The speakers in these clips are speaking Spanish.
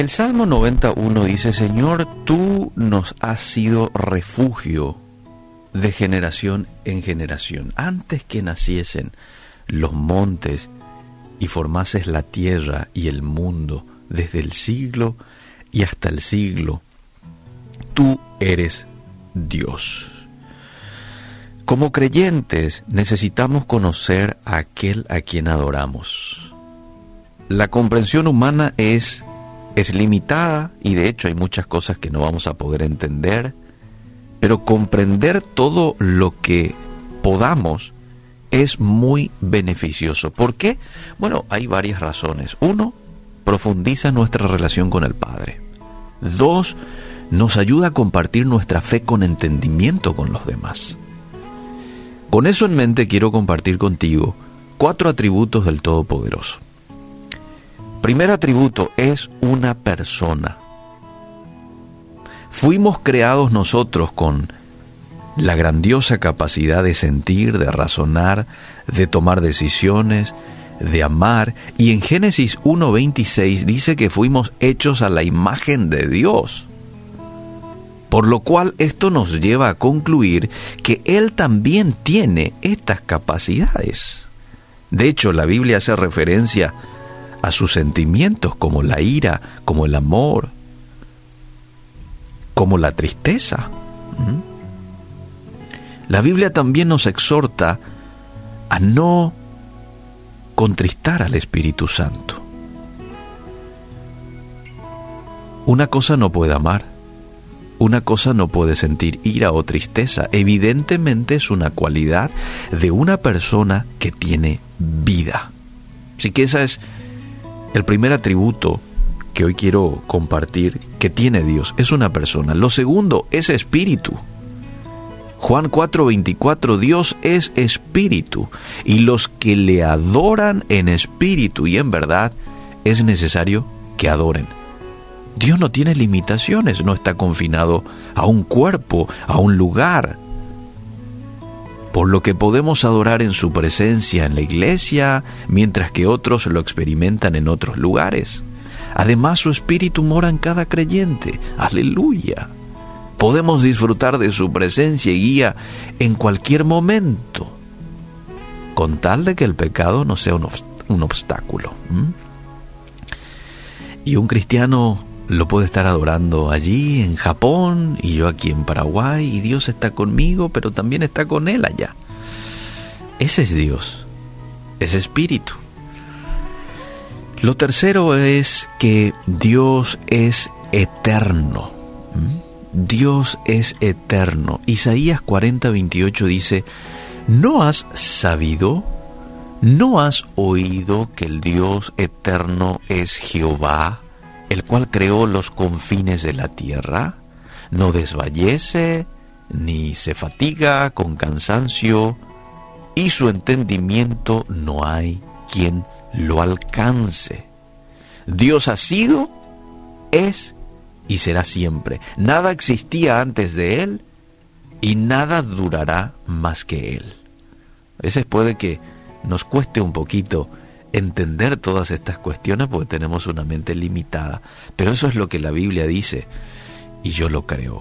El Salmo 91 dice: Señor, tú nos has sido refugio de generación en generación. Antes que naciesen los montes y formases la tierra y el mundo, desde el siglo y hasta el siglo, tú eres Dios. Como creyentes necesitamos conocer a aquel a quien adoramos. La comprensión humana es limitada y de hecho hay muchas cosas que no vamos a poder entender, pero comprender todo lo que podamos es muy beneficioso. ¿Por qué? Bueno, hay varias razones. Uno, profundiza nuestra relación con el Padre. Dos, nos ayuda a compartir nuestra fe con entendimiento con los demás. Con eso en mente quiero compartir contigo 4 atributos del Todopoderoso. Primer atributo, es una persona. Fuimos creados nosotros con la grandiosa capacidad de sentir, de razonar, de tomar decisiones, de amar. Y en Génesis 1:26 dice que fuimos hechos a la imagen de Dios. Por lo cual esto nos lleva a concluir que Él también tiene estas capacidades. De hecho, la Biblia hace referencia a sus sentimientos como la ira, como el amor, como la tristeza. La Biblia también nos exhorta a no contristar al Espíritu Santo. Una cosa no puede amar, una cosa no puede sentir ira o tristeza. Evidentemente es una cualidad de una persona que tiene vida. Así que ese es el primer atributo que hoy quiero compartir que tiene Dios. Es una persona. Lo segundo es espíritu. Juan 4:24, Dios es espíritu, y los que le adoran en espíritu y en verdad es necesario que adoren. Dios no tiene limitaciones, no está confinado a un cuerpo, a un lugar. Por lo que podemos adorar en su presencia en la iglesia, mientras que otros lo experimentan en otros lugares. Además, su espíritu mora en cada creyente. ¡Aleluya! Podemos disfrutar de su presencia y guía en cualquier momento, con tal de que el pecado no sea un obstáculo. Y un cristiano lo puede estar adorando allí en Japón y yo aquí en Paraguay, y Dios está conmigo, pero también está con él allá. Ese es Dios, es espíritu. Lo tercero es que Dios es eterno. Dios es eterno. Isaías 40:28 dice: ¿no has sabido? ¿No has oído que el Dios eterno es Jehová, el cual creó los confines de la tierra? No desfallece, ni se fatiga con cansancio, y su entendimiento no hay quien lo alcance. Dios ha sido, es y será siempre. Nada existía antes de Él, y nada durará más que Él. A veces puede que nos cueste un poquito entender todas estas cuestiones porque tenemos una mente limitada, pero eso es lo que la Biblia dice y yo lo creo.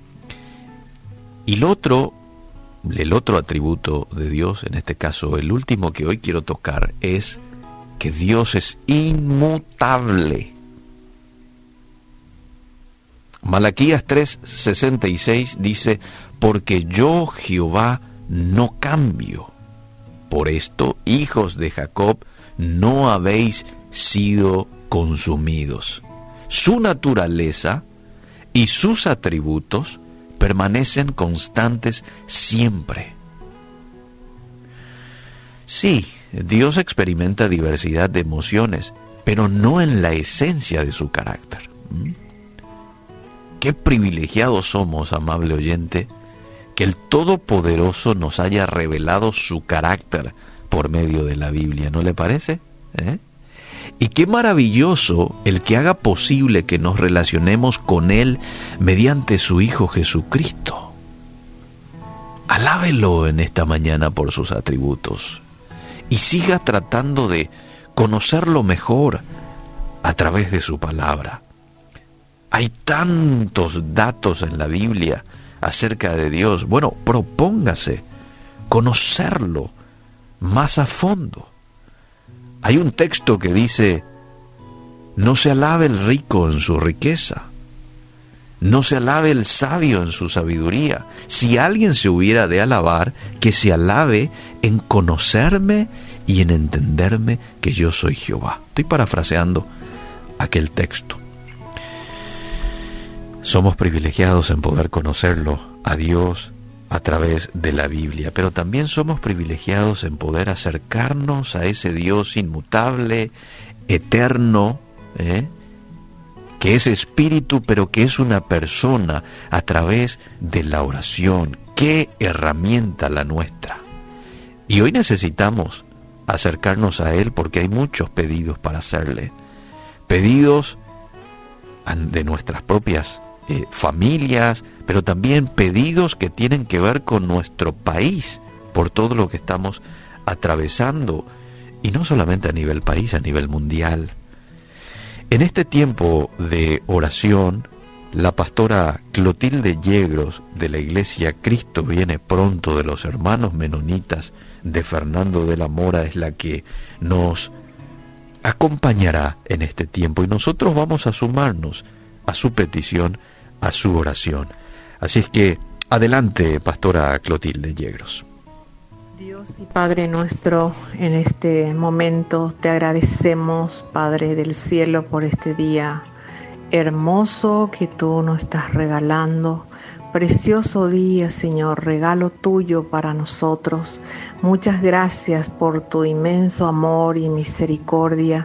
Y el otro atributo de Dios, en este caso el último que hoy quiero tocar, es que Dios es inmutable. Malaquías 3:66 dice: porque yo, Jehová, no cambio. Por esto, hijos de Jacob, no habéis sido consumidos. Su naturaleza y sus atributos permanecen constantes siempre. Sí, Dios experimenta diversidad de emociones, pero no en la esencia de su carácter. Qué privilegiados somos, amable oyente, que el Todopoderoso nos haya revelado su carácter por medio de la Biblia, ¿no le parece? Y qué maravilloso el que haga posible que nos relacionemos con Él mediante su Hijo Jesucristo. Alábelo en esta mañana por sus atributos y siga tratando de conocerlo mejor a través de su palabra. Hay tantos datos en la Biblia acerca de Dios. Bueno, propóngase conocerlo más a fondo. Hay un texto que dice: no se alabe el rico en su riqueza, no se alabe el sabio en su sabiduría. Si alguien se hubiera de alabar, que se alabe en conocerme y en entenderme que yo soy Jehová. Estoy parafraseando aquel texto. Somos privilegiados en poder conocerlo a Dios a través de la Biblia, pero también somos privilegiados en poder acercarnos a ese Dios inmutable, eterno, que es espíritu, pero que es una persona, a través de la oración. ¡Qué herramienta la nuestra! Y hoy necesitamos acercarnos a Él porque hay muchos pedidos para hacerle. Pedidos de nuestras propias familias, pero también pedidos que tienen que ver con nuestro país, por todo lo que estamos atravesando, y no solamente a nivel país, a nivel mundial. En este tiempo de oración, la pastora Clotilde Yegros de la iglesia Cristo Viene Pronto de los hermanos menonitas de Fernando de la Mora es la que nos acompañará en este tiempo, y nosotros vamos a sumarnos a su petición, a su oración. Así es que adelante, pastora Clotilde Yegros. Dios y Padre nuestro, en este momento te agradecemos, Padre del cielo, por este día hermoso que tú nos estás regalando. Precioso día, Señor, regalo tuyo para nosotros. Muchas gracias por tu inmenso amor y misericordia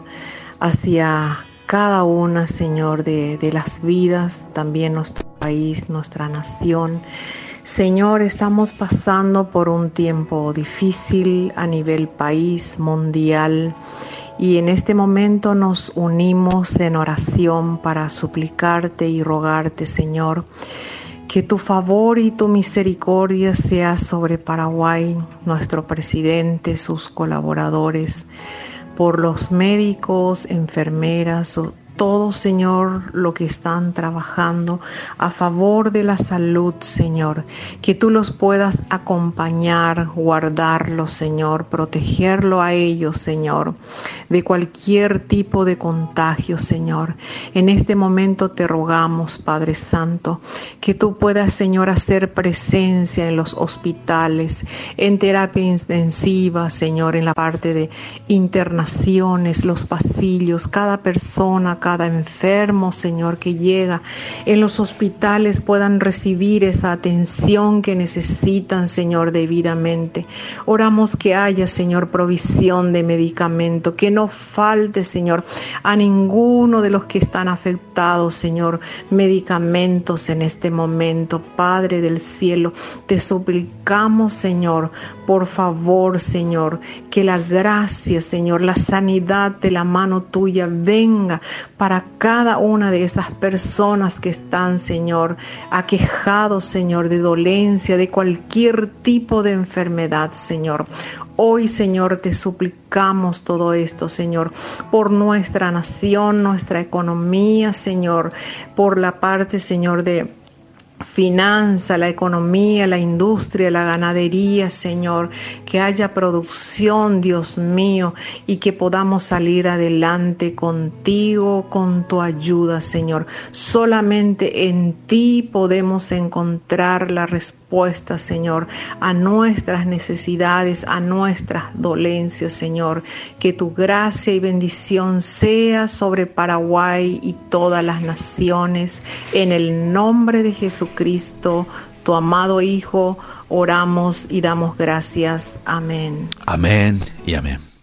hacia cada una, Señor, de las vidas, también nuestro país, nuestra nación. Señor, estamos pasando por un tiempo difícil a nivel país, mundial, y en este momento nos unimos en oración para suplicarte y rogarte, Señor, que tu favor y tu misericordia sea sobre Paraguay, nuestro presidente, sus colaboradores, por los médicos, enfermeras, todos, Señor, lo que están trabajando a favor de la salud, Señor, que tú los puedas acompañar, guardarlos, Señor, protegerlo a ellos, Señor, de cualquier tipo de contagio, Señor. En este momento te rogamos, Padre Santo, que tú puedas, Señor, hacer presencia en los hospitales, en terapia intensiva, Señor, en la parte de internaciones, los pasillos, cada persona, cada enfermo, Señor, que llega en los hospitales puedan recibir esa atención que necesitan, Señor, debidamente. Oramos que haya, Señor, provisión de medicamento, que no falte, Señor, a ninguno de los que están afectados, Señor, medicamentos en este momento. Padre del cielo, te suplicamos, Señor, por favor, Señor, que la gracia, Señor, la sanidad de la mano tuya venga para cada una de esas personas que están, Señor, aquejados, Señor, de dolencia, de cualquier tipo de enfermedad, Señor. Hoy, Señor, te suplicamos todo esto, Señor, por nuestra nación, nuestra economía, Señor, por la parte, Señor, de finanza, la economía, la industria, la ganadería, Señor, que haya producción, Dios mío, y que podamos salir adelante contigo, con tu ayuda, Señor. Solamente en ti podemos encontrar la respuesta, Señor, a nuestras necesidades, a nuestras dolencias, Señor. Que tu gracia y bendición sea sobre Paraguay y todas las naciones. En el nombre de Jesucristo, tu amado Hijo, oramos y damos gracias. Amén. Amén y amén.